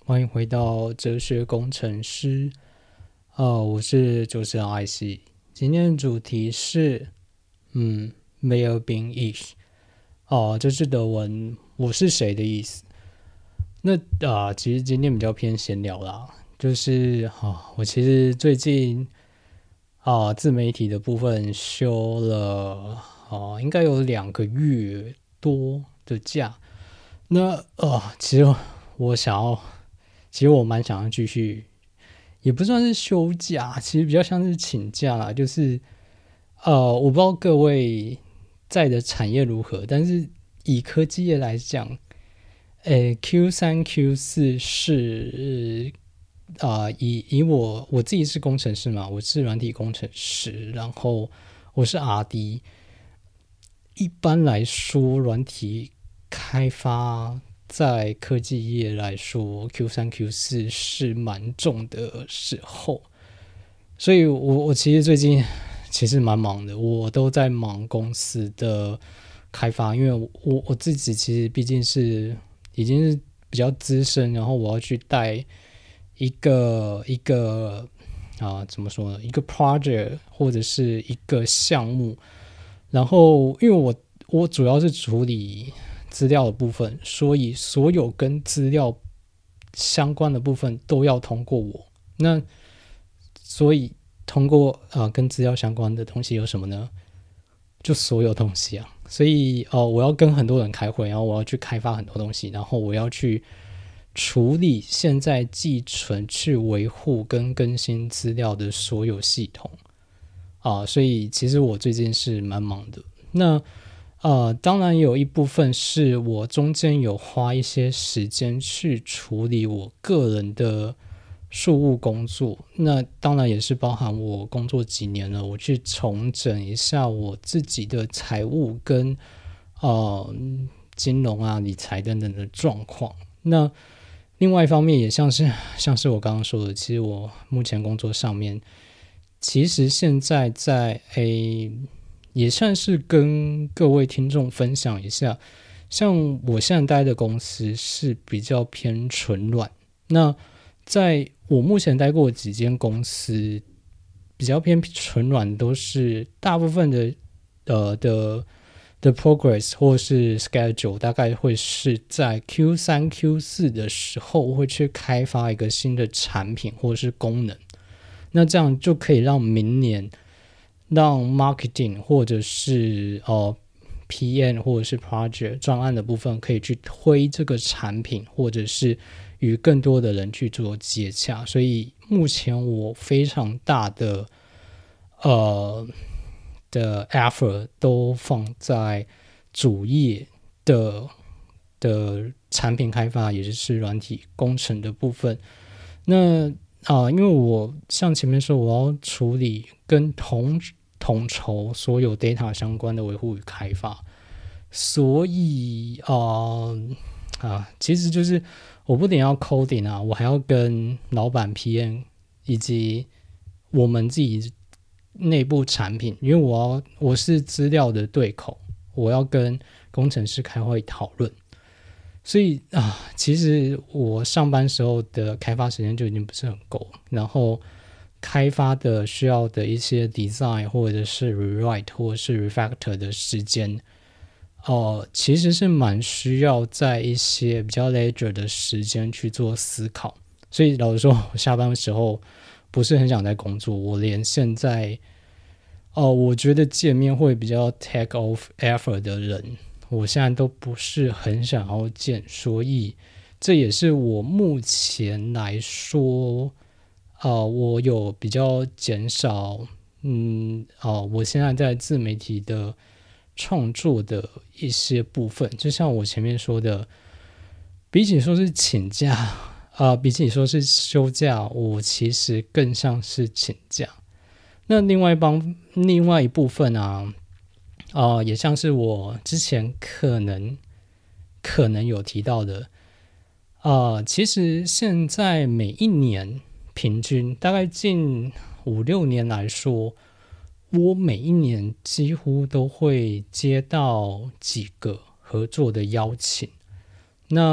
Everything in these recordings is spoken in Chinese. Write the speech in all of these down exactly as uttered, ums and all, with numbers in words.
欢迎回到哲学工程师。呃，我是主持人艾希。今天的主题是，嗯，Wer bin ich？哦，这是德文“我是谁”的意思。那啊、呃，其实今天比较偏闲聊啦，就是啊、哦，我其实最近啊、呃，自媒体的部分休了啊、呃，应该有两个月多的假。那呃，其实我想要。其实我蛮想要继续，也不算是休假，其实比较像是请假啦。就是呃，我不知道各位在的产业如何，但是以科技业来讲，诶 Q 三 Q 四是啊、呃，以以我我自己是工程师嘛，我是软体工程师，然后我是 R D。一般来说，软体开发在科技业来说 ，Q 三 Q 四是蛮重的时候，所以我我其实最近其实蛮忙的，我都在忙公司的开发，因为我我自己其实毕竟是已经是比较资深，然后我要去带一个一个啊怎么说呢，一个 project 或者是一个项目。然后因为我我主要是处理资料的部分，所以所有跟资料相关的部分都要通过我。那所以通过啊、呃、跟资料相关的东西有什么呢？就所有东西啊。所以哦、呃，我要跟很多人开会，然后我要去开发很多东西，然后我要去处理现在寄存、去维护跟更新资料的所有系统。啊，所以其实我最近是蛮忙的。那呃，当然有一部分是我中间有花一些时间去处理我个人的事务工作。那当然也是包含我工作几年了，我去重整一下我自己的财务跟呃金融啊、理财等等的状况。那另外一方面也像是像是我刚刚说的，其实我目前工作上面。其实现在在 A 也算是跟各位听众分享一下，像我现在待的公司是比较偏纯软。那在我目前待过几间公司，比较偏纯软，都是大部分的呃的的 progress 或是 schedule 大概会是在 Q 三 Q 四的时候会去开发一个新的产品或是功能。那这样就可以让明年让 marketing 或者是呃 P M 或者是 project 专案的部分可以去推这个产品，或者是与更多的人去做接洽。所以目前我非常大的呃的 effort 都放在主业的的产品开发，也就是软体工程的部分。那啊、呃，因为我像前面说，我要处理跟统统筹所有 data 相关的维护与开发，所以啊、呃、啊，其实就是我不仅要 coding 啊，我还要跟老板 P M 以及我们自己内部产品，因为我要我是资料的对口，我要跟工程师开会讨论。所以啊，其实我上班时候的开发时间就已经不是很够，然后开发的需要的一些 design 或者是 rewrite 或者是 refactor 的时间，哦、呃，其实是蛮需要在一些比较 leisure 的时间去做思考。所以老实说，我下班的时候不是很想在工作，我连现在哦、呃，我觉得界面会比较 take off effort 的人。我现在都不是很想要见，所以这也是我目前来说，呃，我有比较减少，嗯，哦、呃，我现在在自媒体的创作的一些部分，就像我前面说的，比起说是请假，啊、呃，比起说是休假，我其实更像是请假。那另外一帮另外一部分啊。啊、呃，也像是我之前可能可能有提到的，啊、呃，其实现在每一年平均大概近五六年来说，我每一年几乎都会接到几个合作的邀请。那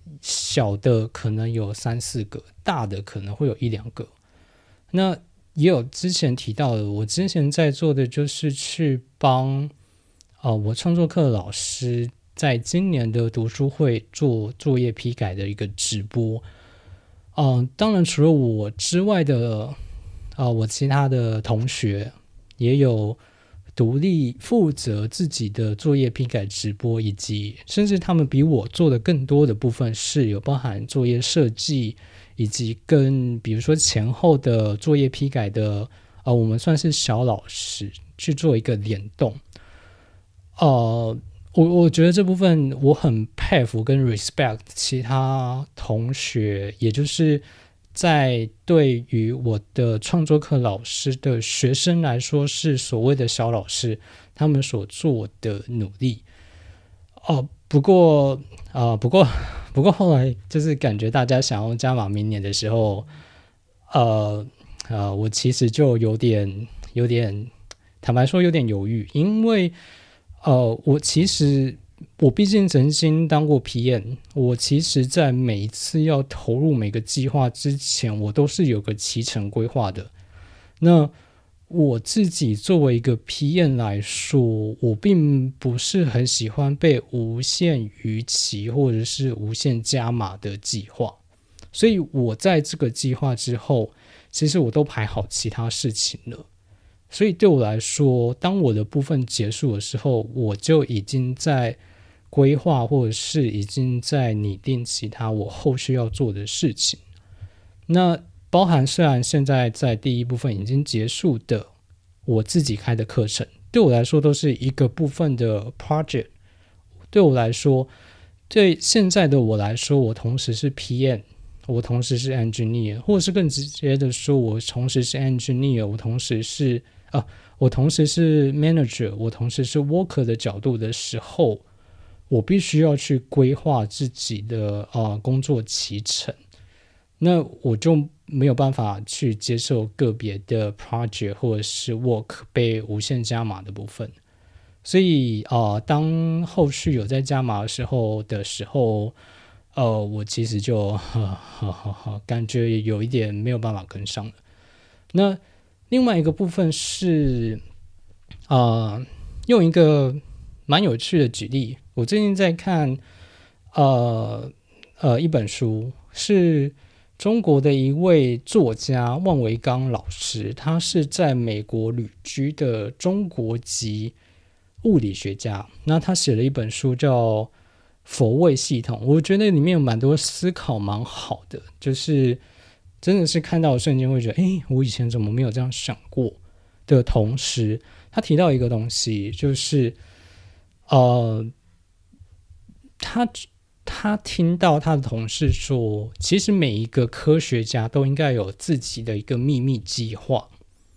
小的可能有三四个，大的可能会有一两个。那也有之前提到的，我之前在做的就是去帮呃我创作课的老师在今年的读书会做作业批改的一个直播。嗯、呃，当然除了我之外的呃我其他的同学也有独立负责自己的作业批改直播，以及甚至他们比我做的更多的部分是有包含作业设计，以及跟比如说前后的作业批改的呃我们算是小老师去做一个联动。呃我我觉得这部分我很佩服跟 respect 其他同学，也就是在对于我的创作课老师的学生来说是所谓的小老师，他们所做的努力。哦、呃，不过啊、呃，不过不过后来就是感觉大家想要加码明年的时候，呃呃，我其实就有点有点坦白说有点犹豫，因为呃，我其实我毕竟曾经当过 P M， 我其实在每一次要投入每个计划之前，我都是有个期程规划的。那我自己作为一个 P M 来说，我并不是很喜欢被无限逾期或者是无限加码的计划，所以我在这个计划之后，其实我都排好其他事情了。所以对我来说，当我的部分结束的时候，我就已经在规划或者是已经在拟定其他我后续要做的事情。那包含虽然现在在第一部分已经结束的我自己开的课程，对我来说都是一个部分的 project。对我来说，对现在的我来说，我同时是 P M， 我同时是 engineer， 或者是更直接的说，我同时是 engineer， 我同时是啊，我同时是 manager， 我同时是 worker 的角度的时候，我必须要去规划自己的呃工作期程，那我就没有办法去接受个别的 project 或者是 work 被无限加码的部分。所以呃，当后续有在加码的时候的时候，呃，我其实就呵呵呵呵感觉有一点没有办法跟上了。那另外一个部分是，呃，用一个蛮有趣的举例，我最近在看，呃呃一本书，是中国的一位作家万维刚老师，他是在美国旅居的中国籍物理学家。那他写了一本书叫《佛位系统》，我觉得里面有蛮多思考蛮好的，就是真的是看到的瞬间会觉得，哎，我以前怎么没有这样想过的同时，他提到一个东西，就是呃，他他听到他的同事说，其实每一个科学家都应该有自己的一个秘密计划。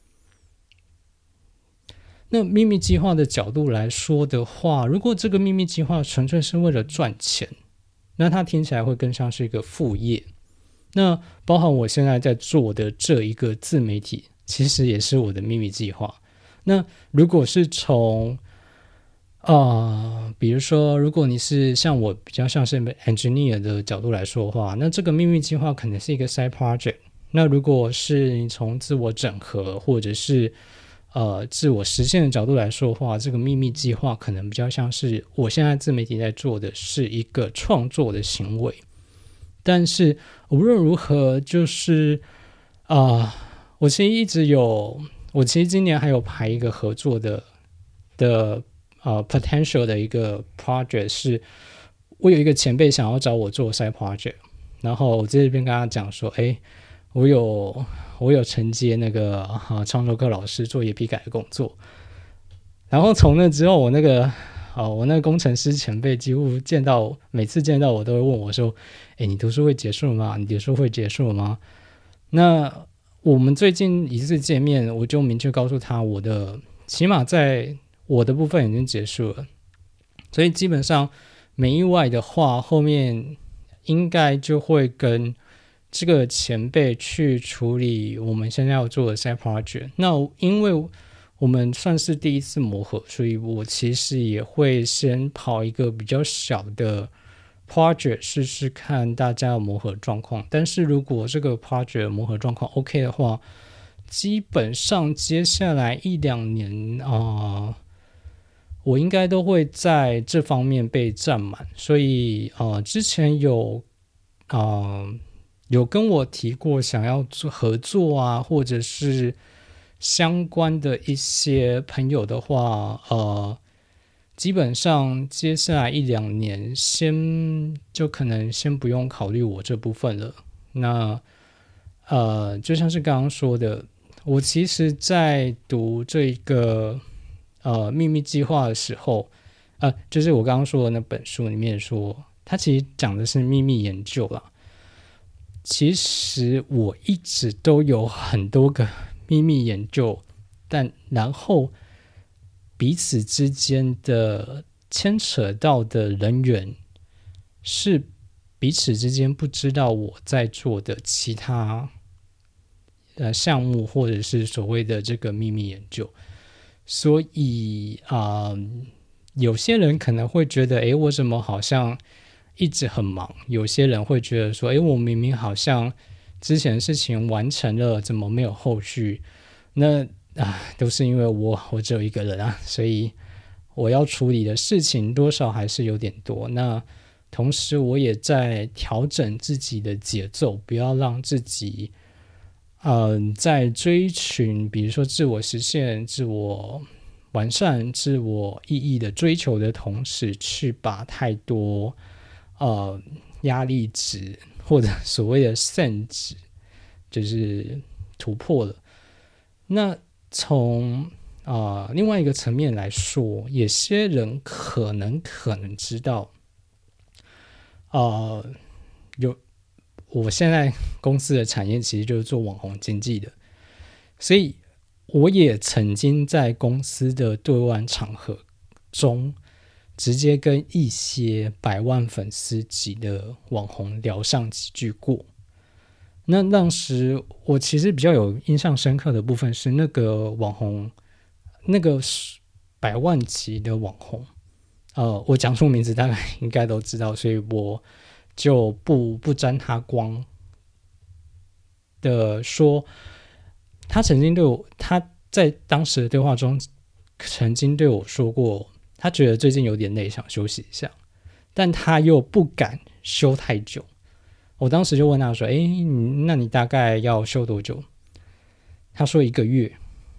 那秘密计划的角度来说的话，如果这个秘密计划纯粹是为了赚钱，那它听起来会更像是一个副业。那包含我现在在做的这一个自媒体，其实也是我的秘密计划。那如果是从呃，比如说如果你是像我比较像是 engineer 的角度来说的话，那这个秘密计划可能是一个 side project。那如果是你从自我整合或者是呃自我实现的角度来说的话，这个秘密计划可能比较像是我现在自媒体在做的是一个创作的行为。但是无论如何，就是啊、呃，我其实一直有，我其实今年还有排一个合作的的呃 potential 的一个 project， 是我有一个前辈想要找我做 side project， 然后我在这边跟他讲说，哎，我有我有承接那个啊创作课老师作业批改的工作，然后从那之后，我那个。哦，我那个工程师前辈几乎见到，每次见到我都会问我说：“哎，你读书会结束了吗？你读书会结束了吗？”那我们最近一次见面，我就明确告诉他，我的起码在我的部分已经结束了，所以基本上没意外的话，后面应该就会跟这个前辈去处理我们现在要做的 side project。那因为我们算是第一次磨合，所以我其实也会先跑一个比较小的 project 试试看大家的磨合状况，但是如果这个 project 磨合状况 OK 的话，基本上接下来一两年啊、呃，我应该都会在这方面被占满。所以呃，之前有啊、呃、有跟我提过想要做合作啊，或者是相关的一些朋友的话，呃。基本上接下来一两年先就可能先不用考虑我这部分了。那呃，就像是刚刚说的，我其实在读这个呃秘密计划的时候，呃，就是我刚刚说的那本书里面说，它其实讲的是秘密研究啦。其实我一直都有很多个秘密研究，但然后彼此之间的牵扯到的人员是彼此之间不知道我在做的其他呃项目，或者是所谓的这个秘密研究。所以啊、呃，有些人可能会觉得，诶，我怎么好像一直很忙？有些人会觉得说，诶，我明明好像之前的事情完成了，怎么没有后续？那啊，都是因为我我只有一个人啊，所以我要处理的事情多少还是有点多。那同时我也在调整自己的节奏，不要让自己嗯、呃，在追寻比如说自我实现、自我完善、自我意义的追求的同时，去把太多呃压力值或者所谓的限值就是突破了。那从啊、呃、另外一个层面来说，有些人可能可能知道，呃，有我现在公司的产业其实就是做网红经济的，所以我也曾经在公司的对外场合中，直接跟一些百万粉丝级的网红聊上几句过。那当时我其实比较有印象深刻的部分是那个网红，那个百万级的网红，呃，我讲出名字大概应该都知道，所以我就不不沾他光的说，他曾经对我，他在当时的对话中曾经对我说过，他觉得最近有点累，想休息一下，但他又不敢休太久。我当时就问他说：“哎，那你大概要休多久？”他说一个月。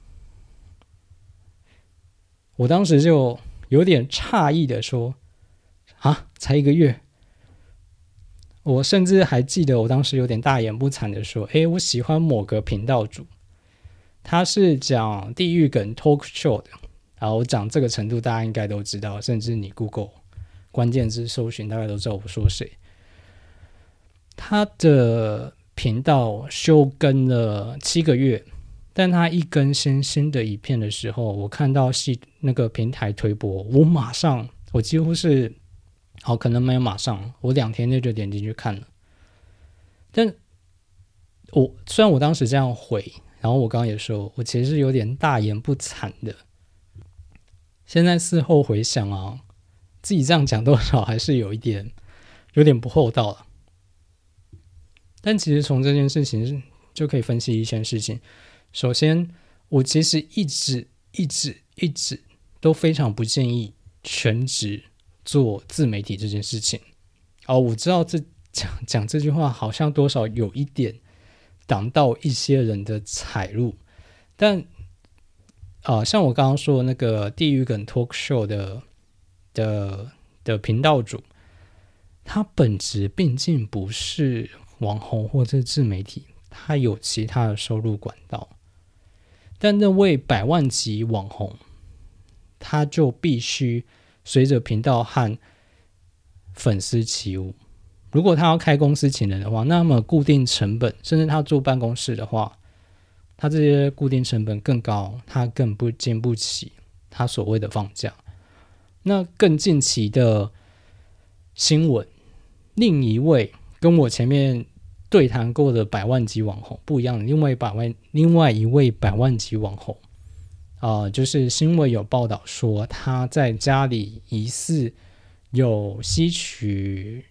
我当时就有点诧异的说：“啊，才一个月？”我甚至还记得我当时有点大言不惭的说：“哎，我喜欢某个频道主，他是讲地狱梗 talk show 的。”然后我讲这个程度大家应该都知道，甚至你 Google 关键字搜寻大概都知道我说谁。他的频道休更了七个月，但他一更新新的影片的时候，我看到系那个平台推播，我马上，我几乎是，好，可能没有马上，我两天内就点进去看了。但我虽然我当时这样回，然后我刚刚也说，我其实是有点大言不惭的。现在事后回想啊，自己这样讲多少还是有一点，有点不厚道了。但其实从这件事情就可以分析一件事情。首先，我其实一直一直一直都非常不建议全职做自媒体这件事情。哦，我知道这讲讲这句话好像多少有一点挡到一些人的财路，但啊、呃，像我刚刚说的那个地狱梗 talk show 的的的频道主，他本质毕竟不是网红或者自媒体，他有其他的收入管道。但那位百万级网红，他就必须随着频道和粉丝起舞。如果他要开公司请人的话，那么固定成本，甚至他做办公室的话，他这些固定成本更高，他更不经不起他所谓的放假。那更近期的新闻，另一位跟我前面对谈过的百万级网红不一样的，另外百万另外一位百万级网红啊、呃，就是新闻有报道说他在家里疑似有吸取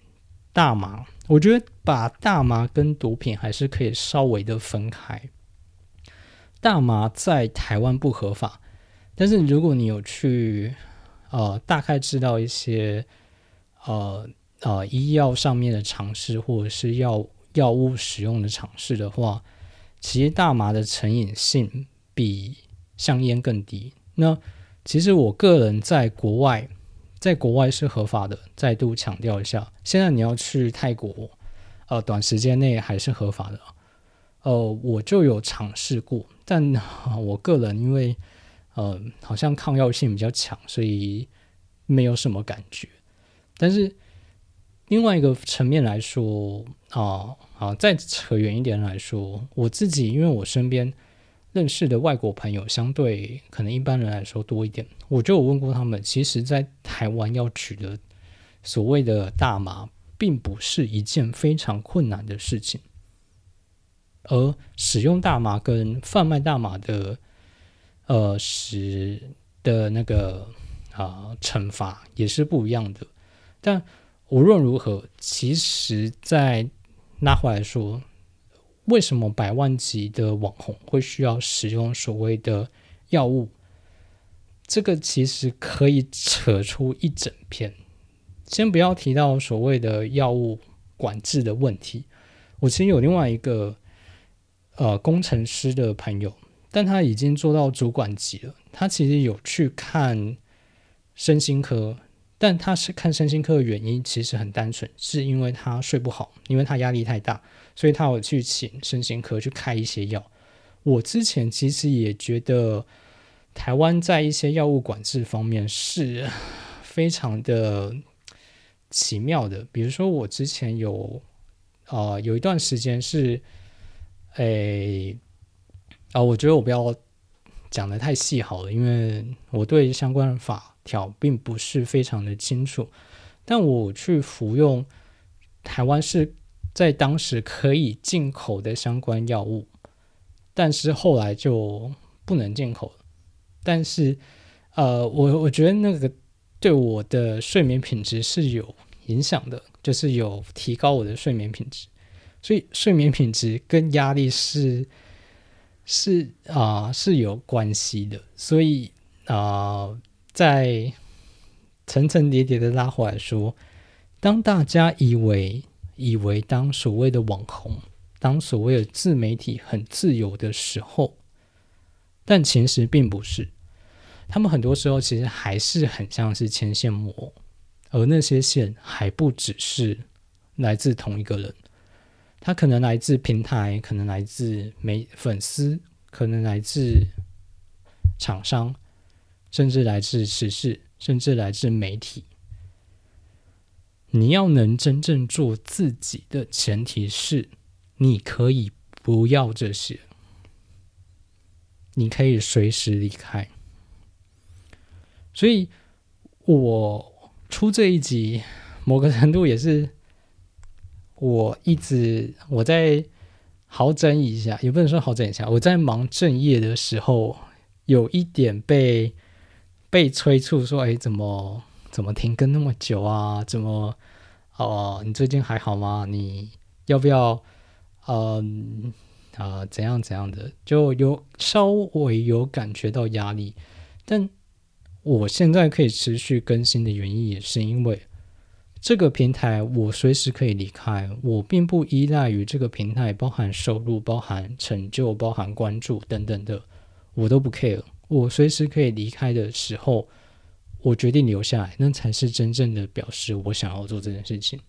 大麻，我觉得把大麻跟毒品还是可以稍微的分开。大麻在台湾不合法，但是如果你有去呃大概知道一些呃呃医药上面的常识，或者是药药物使用的常识的话，其实大麻的成瘾性比香烟更低。那其实我个人在国外，在国外是合法的，再度强调一下。现在你要去泰国，呃，短时间内还是合法的。呃，我就有尝试过，但、呃、我个人因为呃好像抗药性比较强，所以没有什么感觉。但是另外一个层面来说，啊、呃、啊，再扯远一点来说，我自己因为我身边认识的外国朋友相对可能一般人来说多一点，我就有问过他们，其实在台湾要取得所谓的大麻并不是一件非常困难的事情，而使用大麻跟贩卖大麻的呃使的那个啊、呃、惩罚也是不一样的。但无论如何，其实再拉回来说，为什么百万级的网红会需要使用所谓的药物？这个其实可以扯出一整篇。先不要提到所谓的药物管制的问题，我其实有另外一个呃工程师的朋友，但他已经做到主管级了。他其实有去看身心科，但他是看身心科的原因其实很单纯，是因为他睡不好，因为他压力太大，所以他有去请身心科去开一些药。我之前其实也觉得台湾在一些药物管制方面是非常的奇妙的。比如说我之前有呃有一段时间是诶啊、呃，我觉得我不要讲得太细好了，因为我对相关的法条并不是非常的清楚。但我去服用台湾是在当时可以进口的相关药物，但是后来就不能进口了。但是呃，我我觉得那个对我的睡眠品质是有影响的，就是有提高我的睡眠品质。所以睡眠品质跟压力是是啊、呃、是有关系的。所以啊、呃，在层层叠叠的拉回来说，当大家以为以为当所谓的网红，当所谓的自媒体很自由的时候，但其实并不是。他们很多时候其实还是很像是牵线木偶，而那些线还不只是来自同一个人，他可能来自平台，可能来自媒粉丝，可能来自厂商，甚至来自时事，甚至来自媒体。你要能真正做自己的前提是，你可以不要这些，你可以随时离开。所以我出这一集，某个程度也是我一直我在好整一下，也不能说好整一下，我在忙正业的时候，有一点被被催促说，哎，怎么怎么停更那么久啊？怎么哦、呃，你最近还好吗？你要不要嗯啊、呃、怎样怎样的？就有稍微有感觉到压力，但我现在可以持续更新的原因也是因为这个平台我随时可以离开，我并不依赖于这个平台包含收入、包含成就、包含关注等等的，我都不 care。我随时可以离开的时候，我决定留下来，那才是真正的表示我想要做这件事情。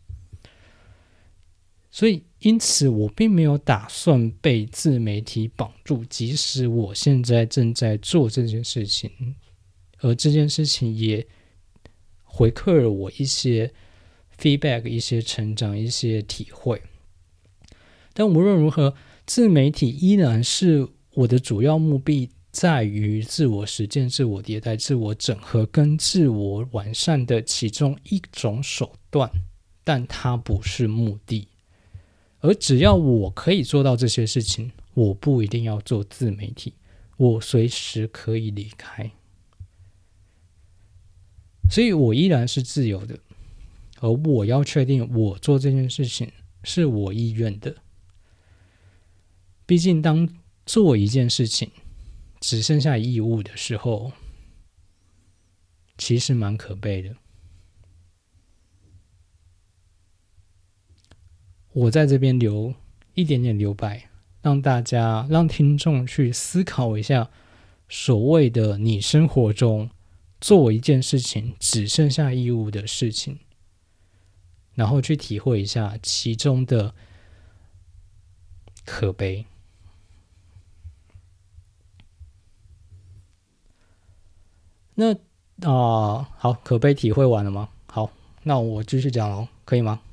所以因此我并没有打算被自媒体绑住，即使我现在正在做这件事情，而这件事情也回馈了我一些 feedback， 一些成长，一些体会。但无论如何，自媒体依然是我的主要目的，在于自我实践、自我迭代、自我整合跟自我完善的其中一种手段，但它不是目的。而只要我可以做到这些事情，我不一定要做自媒体，我随时可以离开。所以我依然是自由的， 而我要确定我做这件事情是我意愿的。毕竟当做一件事情只剩下义务的时候，其实蛮可悲的。我在这边留一点点留白，让大家让听众去思考一下，所谓的你生活中做一件事情只剩下义务的事情，然后去体会一下其中的可悲。那啊、呃，好，可悲体会完了吗？好，那我继续讲哦，可以吗？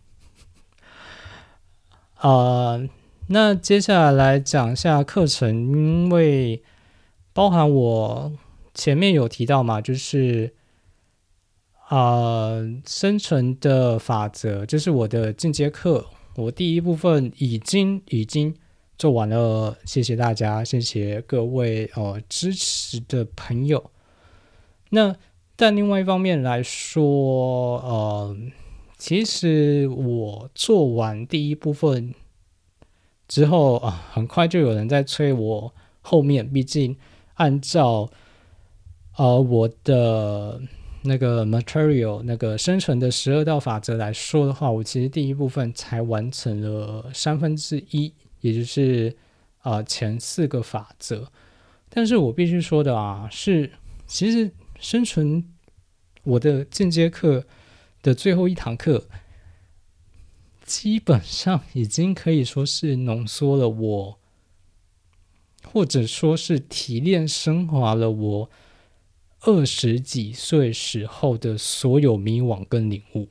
啊、呃，那接下来来讲一下课程，因为包含我前面有提到嘛，就是啊、呃，生存的法则，就是我的进阶课，我第一部分已经已经做完了，谢谢大家，谢谢各位呃支持的朋友。那但另外一方面来说，呃，其实我做完第一部分之后啊，很快就有人在催我后面，毕竟按照呃我的那个 material 那个生存的十二道法则来说的话，我其实第一部分才完成了三分之一，也就是啊、呃、前四个法则。但是我必须说的啊，是其实生存我的进阶课的最后一堂课，基本上已经可以说是浓缩了我，或者说是提炼升华了我二十几岁时候的所有迷惘跟领悟。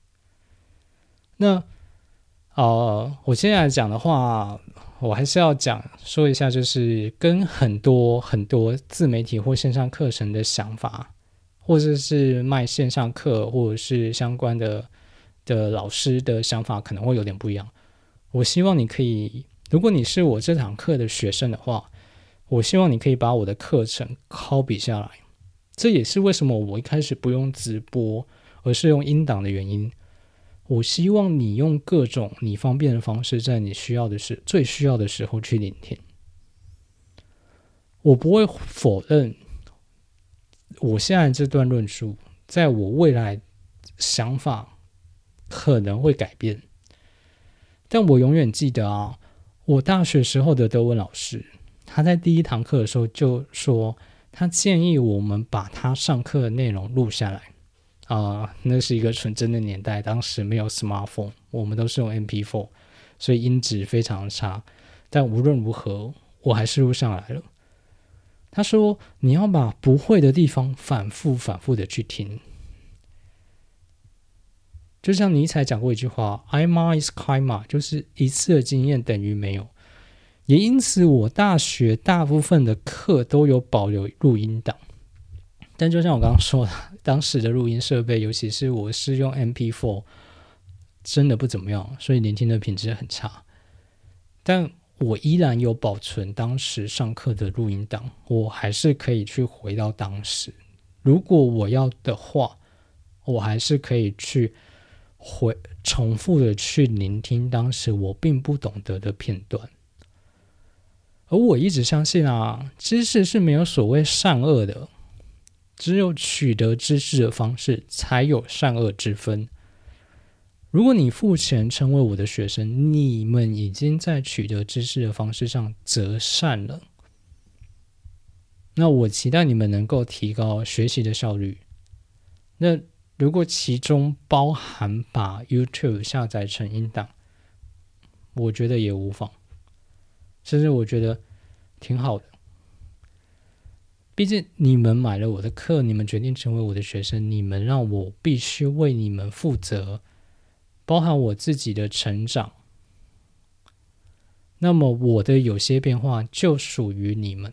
那呃，我现在来讲的话，我还是要讲说一下，就是跟很多很多自媒体或线上课程的想法，或者是卖线上课或者是相关的的老师的想法可能会有点不一样。我希望你可以，如果你是我这堂课的学生的话，我希望你可以把我的课程 copy 下来。这也是为什么我一开始不用直播，而是用音档的原因。我希望你用各种你方便的方式，在你需要的时最需要的时候去聆听。我不会否认我现在这段论述，在我未来想法可能会改变，但我永远记得啊，我大学时候的德文老师，他在第一堂课的时候就说，他建议我们把他上课的内容录下来。啊、呃，那是一个纯真的年代，当时没有 smartphone， 我们都是用 M P 四， 所以音质非常差。但无论如何，我还是录上来了。他说，你要把不会的地方反复反复的去听。就像尼采讲过一句话 ，Einmal ist keinmal， 就是一次的经验等于没有。也因此，我大学大部分的课都有保留录音档。但就像我刚刚说的，当时的录音设备，尤其是我是用 M P 四， 真的不怎么样，所以聆听的品质很差。但我依然有保存当时上课的录音档，我还是可以去回到当时。如果我要的话，我还是可以去回重复的去聆听当时我并不懂得的片段。而我一直相信啊，知识是没有所谓善恶的。只有取得知识的方式，才有善恶之分。如果你付钱成为我的学生，你们已经在取得知识的方式上择善了。那我期待你们能够提高学习的效率。那如果其中包含把 YouTube 下载成音档，我觉得也无妨，甚至我觉得挺好的。毕竟你们买了我的课，你们决定成为我的学生，你们让我必须为你们负责，包含我自己的成长。那么我的有些变化就属于你们。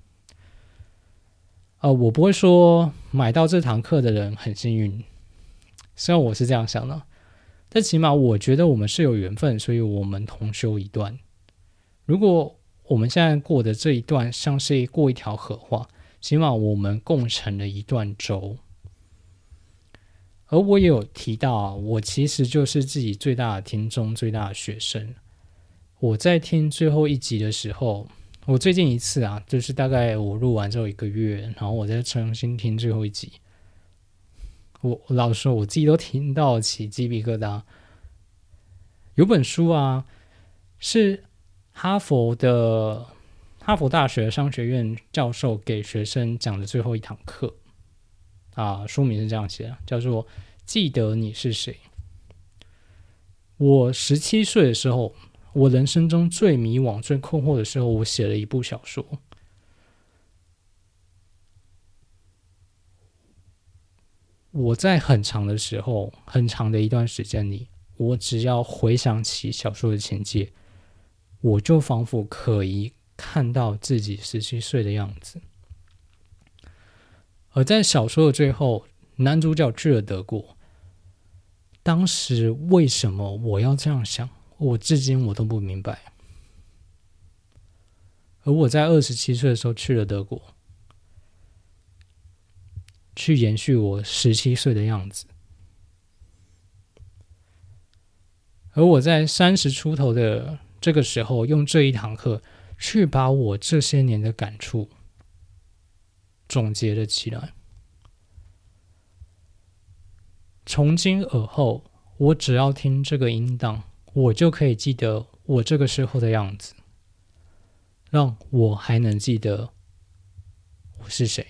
呃，我不会说买到这堂课的人很幸运，虽然我是这样想的，但起码我觉得我们是有缘分，所以我们同修一段。如果我们现在过的这一段像是过一条河话，起码我们共成了一段舟。 而我也有提到啊，我其实就是自己最大的听众，最大的学生。我在听最后一集的时候，我最近一次啊，就是大概我录完之后一个月，然后我再重新听最后一集。我我老实说，我自己都听到起鸡皮疙瘩。有本书啊，是哈佛的哈佛大学商学院教授给学生讲的最后一堂课啊，书名是这样写的，叫做《记得你是谁》。我十七岁的时候，我人生中最迷惘、最困惑的时候，我写了一部小说。我在很长的时候，很长的一段时间里，我只要回想起小说的情节，我就仿佛可以看到自己十七岁的样子。而在小说的最后，男主角去了德国。当时为什么我要这样想，我至今我都不明白。而我在二十七岁的时候去了德国，去延续我十七岁的样子。而我在三十出头的这个时候，用这一堂课去把我这些年的感触总结了起来。从今而后，我只要听这个音档，我就可以记得我这个时候的样子，让我还能记得我是谁。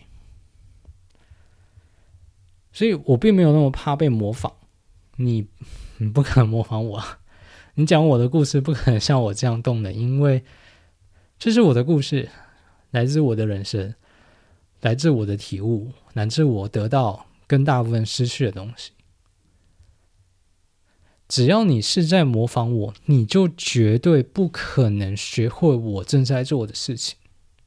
所以我并没有那么怕被模仿，你你不可能模仿我啊，你讲我的故事不可能像我这样动的，因为这是我的故事，来自我的人生，来自我的体悟，乃至我得到跟大部分失去的东西。只要你是在模仿我，你就绝对不可能学会我正在做的事情。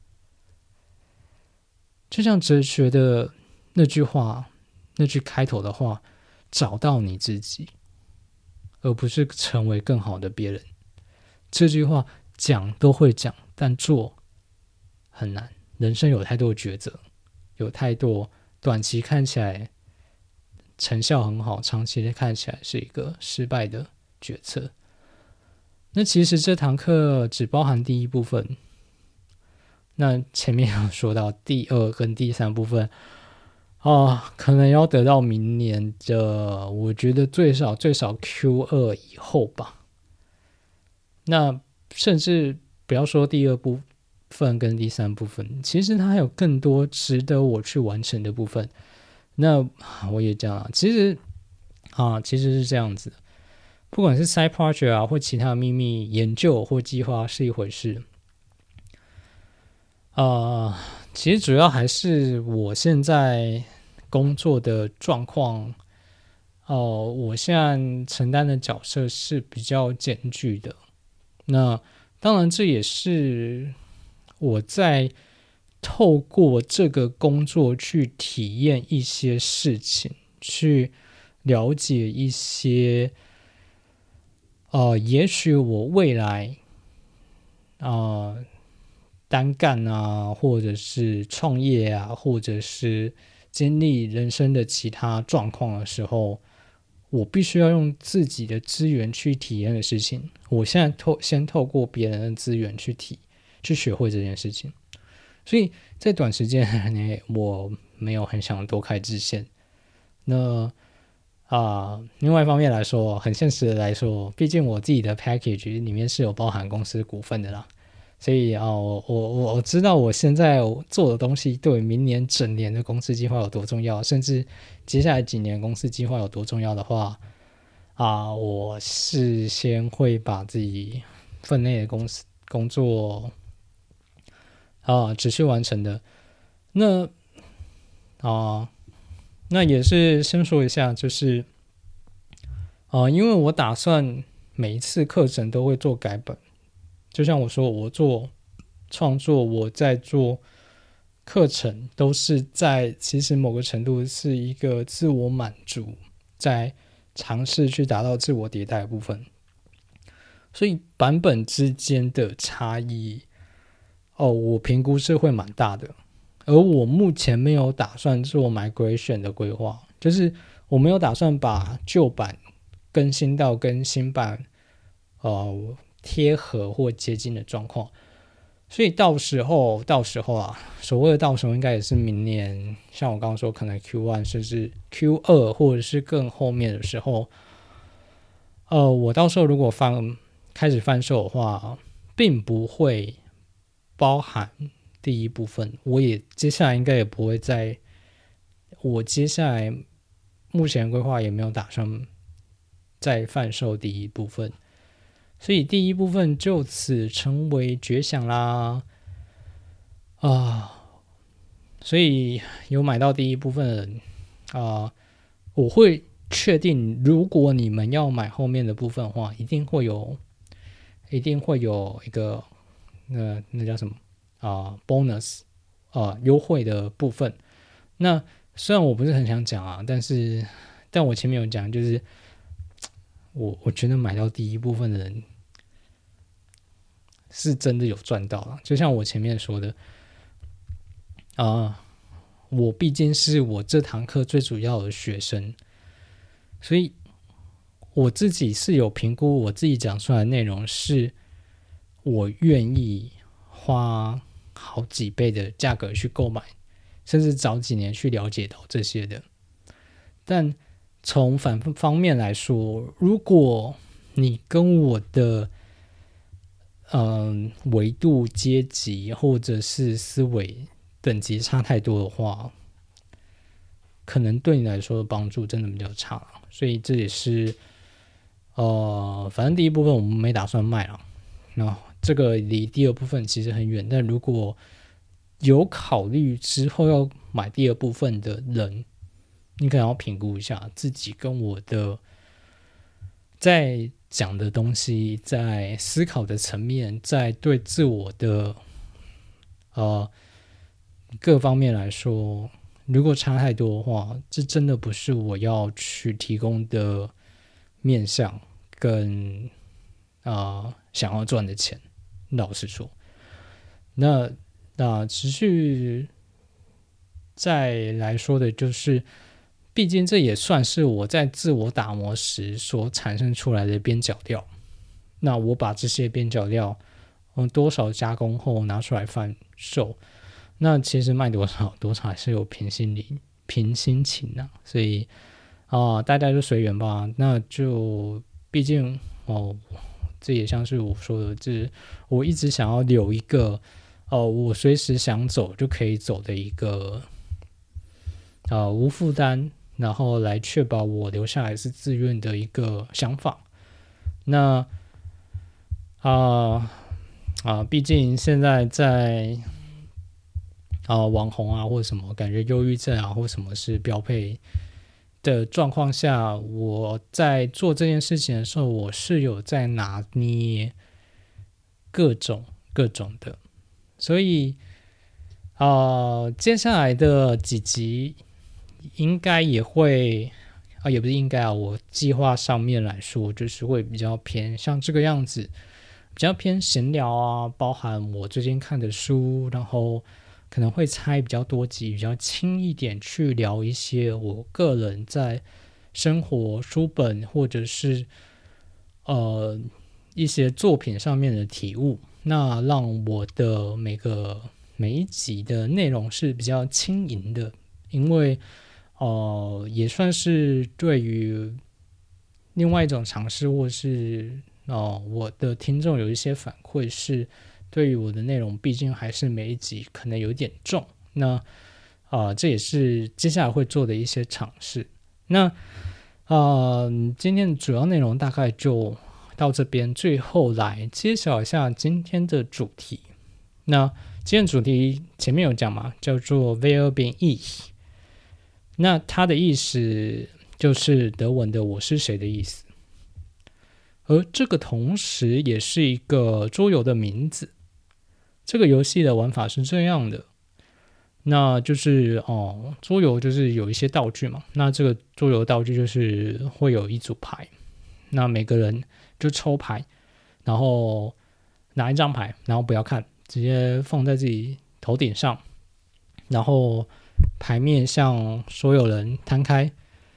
就像哲学的那句话，那句开头的话，找到你自己，而不是成为更好的别人。这句话讲都会讲，但做很难。人生有太多抉择，有太多短期看起来成效很好，长期的看起来是一个失败的决策。那其实这堂课只包含第一部分，那前面有说到第二跟第三部分啊，可能要等到明年的，我觉得最少最少 Q 二 以后吧。那甚至不要说第二部分跟第三部分，其实它还有更多值得我去完成的部分。那我也讲啊，其实啊，其实是这样子，不管是 side project 啊，或其他的秘密研究或计划是一回事，啊、呃，其实主要还是我现在工作的状况，哦、呃，我现在承担的角色是比较艰巨的。那当然，这也是我在透过这个工作去体验一些事情，去了解一些，呃，也许我未来啊、呃、单干啊，或者是创业啊，或者是经历人生的其他状况的时候，我必须要用自己的资源去体验的事情。我现在透先透过别人的资源去体去学会这件事情。所以在短时间内，我没有很想多开支线。那啊、呃，另外一方面来说，很现实的来说，毕竟我自己的 package 里面是有包含公司股份的啦。所以啊、呃，我我我知道我现在做的东西对明年整年的公司计划有多重要，甚至接下来几年公司计划有多重要的话，啊、呃，我是先会把自己分内的公司工作。啊，持续完成的。那啊，那也是先说一下，就是啊，因为我打算每一次课程都会做改本，就像我说，我做创作，我在做课程，都是在其实某个程度是一个自我满足，在尝试去达到自我迭代的部分，所以版本之间的差异。哦，我评估是会蛮大的，而我目前没有打算做 migration 的规划，就是我没有打算把旧版更新到跟新版呃贴合或接近的状况，所以到时候到时候啊，所谓的到时候应该也是明年，像我刚刚说，可能 Q 一 甚至 Q 二或者是更后面的时候，呃，我到时候如果翻开始贩售的话，并不会包含第一部分，我也接下来应该也不会在，我接下来目前规划也没有打算再贩售第一部分，所以第一部分就此成为绝响啦啊！所以有买到第一部分的人啊，我会确定，如果你们要买后面的部分的话，一定会有，一定会有一个那那叫什么啊 bonus 啊优惠的部分。那虽然我不是很想讲啊，但是但我前面有讲，就是我我觉得买到第一部分的人是真的有赚到了，就像我前面说的啊、呃，我毕竟是我这堂课最主要的学生，所以我自己是有评估我自己讲出来的内容是我愿意花好几倍的价格去购买，甚至早几年去了解到这些的。但从反方面来说，如果你跟我的嗯、呃、维度、阶级或者是思维等级差太多的话，可能对你来说的帮助真的比较差，所以这也是呃，反正第一部分我们没打算卖了，那这个离第二部分其实很远，但如果有考虑之后要买第二部分的人，你可能要评估一下自己跟我的在讲的东西，在思考的层面，在对自我的呃各方面来说，如果差太多的话，这真的不是我要去提供的面向跟啊、呃、想要赚的钱。老实说，那那持续再来说的就是，毕竟这也算是我在自我打磨时所产生出来的边角料。那我把这些边角料，嗯，多少加工后拿出来贩售，那其实卖多少多少还是有凭心理、凭心情啊。所以啊、呃，大家就随缘吧。那就毕竟哦，这也像是我说的，这我一直想要留一个，哦，我随时想走就可以走的一个，呃，无负担，然后来确保我留下来是自愿的一个想法。那啊啊、呃呃，毕竟现在在啊、呃、网红啊或者什么，感觉忧郁症啊或什么是标配的状况下，我在做这件事情的时候，我是有在拿捏各种各种的，所以啊、呃，接下来的几集应该也会啊，也不是应该啊，我计划上面来说，就是会比较偏像这个样子，比较偏闲聊啊，包含我最近看的书，然后可能会拆比较多集，比较轻一点去聊一些我个人在生活、书本或者是呃一些作品上面的体悟，那让我的每个每一集的内容是比较轻盈的，因为呃也算是对于另外一种尝试，或是哦、呃，我的听众有一些反馈是，对于我的内容，毕竟还是每一集可能有点重。那啊、呃，这也是接下来会做的一些尝试。那啊、呃，今天的主要内容大概就到这边，最后来揭晓一下今天的主题。那今天主题前面有讲嘛，叫做 Wer bin ich。那它的意思就是德文的"我是谁"的意思，而这个同时也是一个桌游的名字。这个游戏的玩法是这样的，那就是哦，桌游就是有一些道具嘛，那这个桌游道具就是会有一组牌，那每个人就抽牌，然后拿一张牌，然后不要看，直接放在自己头顶上，然后牌面向所有人摊开，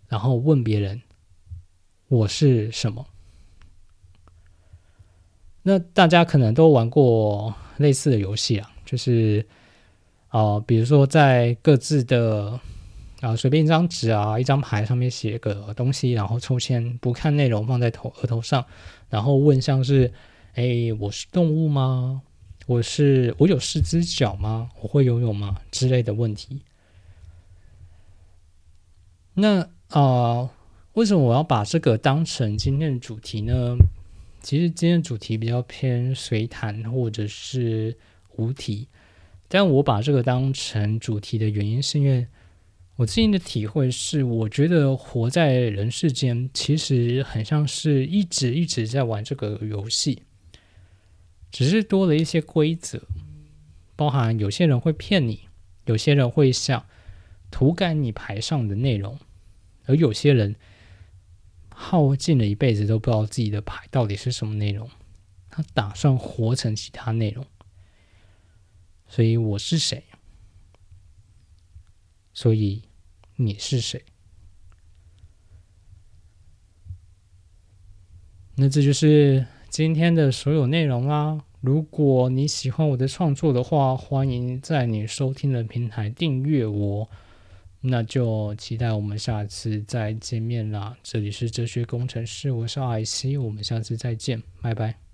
然后问别人我是什么。那大家可能都玩过类似的游戏啊，就是呃，比如说在各自的啊随便一张纸啊一张牌上面写个东西，然后抽签不看内容放在头额头上，然后问像是诶我是动物吗？我是我有四只脚吗？我会游泳吗？之类的问题。那啊、呃，为什么我要把这个当成今天的主题呢？其实今天的主题比较偏随谈或者是无题，但我把这个当成主题的原因是因为我最近的体会是，我觉得活在人世间其实很像是一直一直在玩这个游戏，只是多了一些规则，包含有些人会骗你，有些人会想涂改你牌上的内容，而有些人耗尽了一辈子都不知道自己的牌到底是什么内容，他打算活成其他内容。所以我是谁？所以你是谁？那这就是今天的所有内容啦。如果你喜欢我的创作的话，欢迎在你收听的平台订阅我。那就期待我们下次再见面啦！这里是哲学工程师，我是艾希，我们下次再见，拜拜。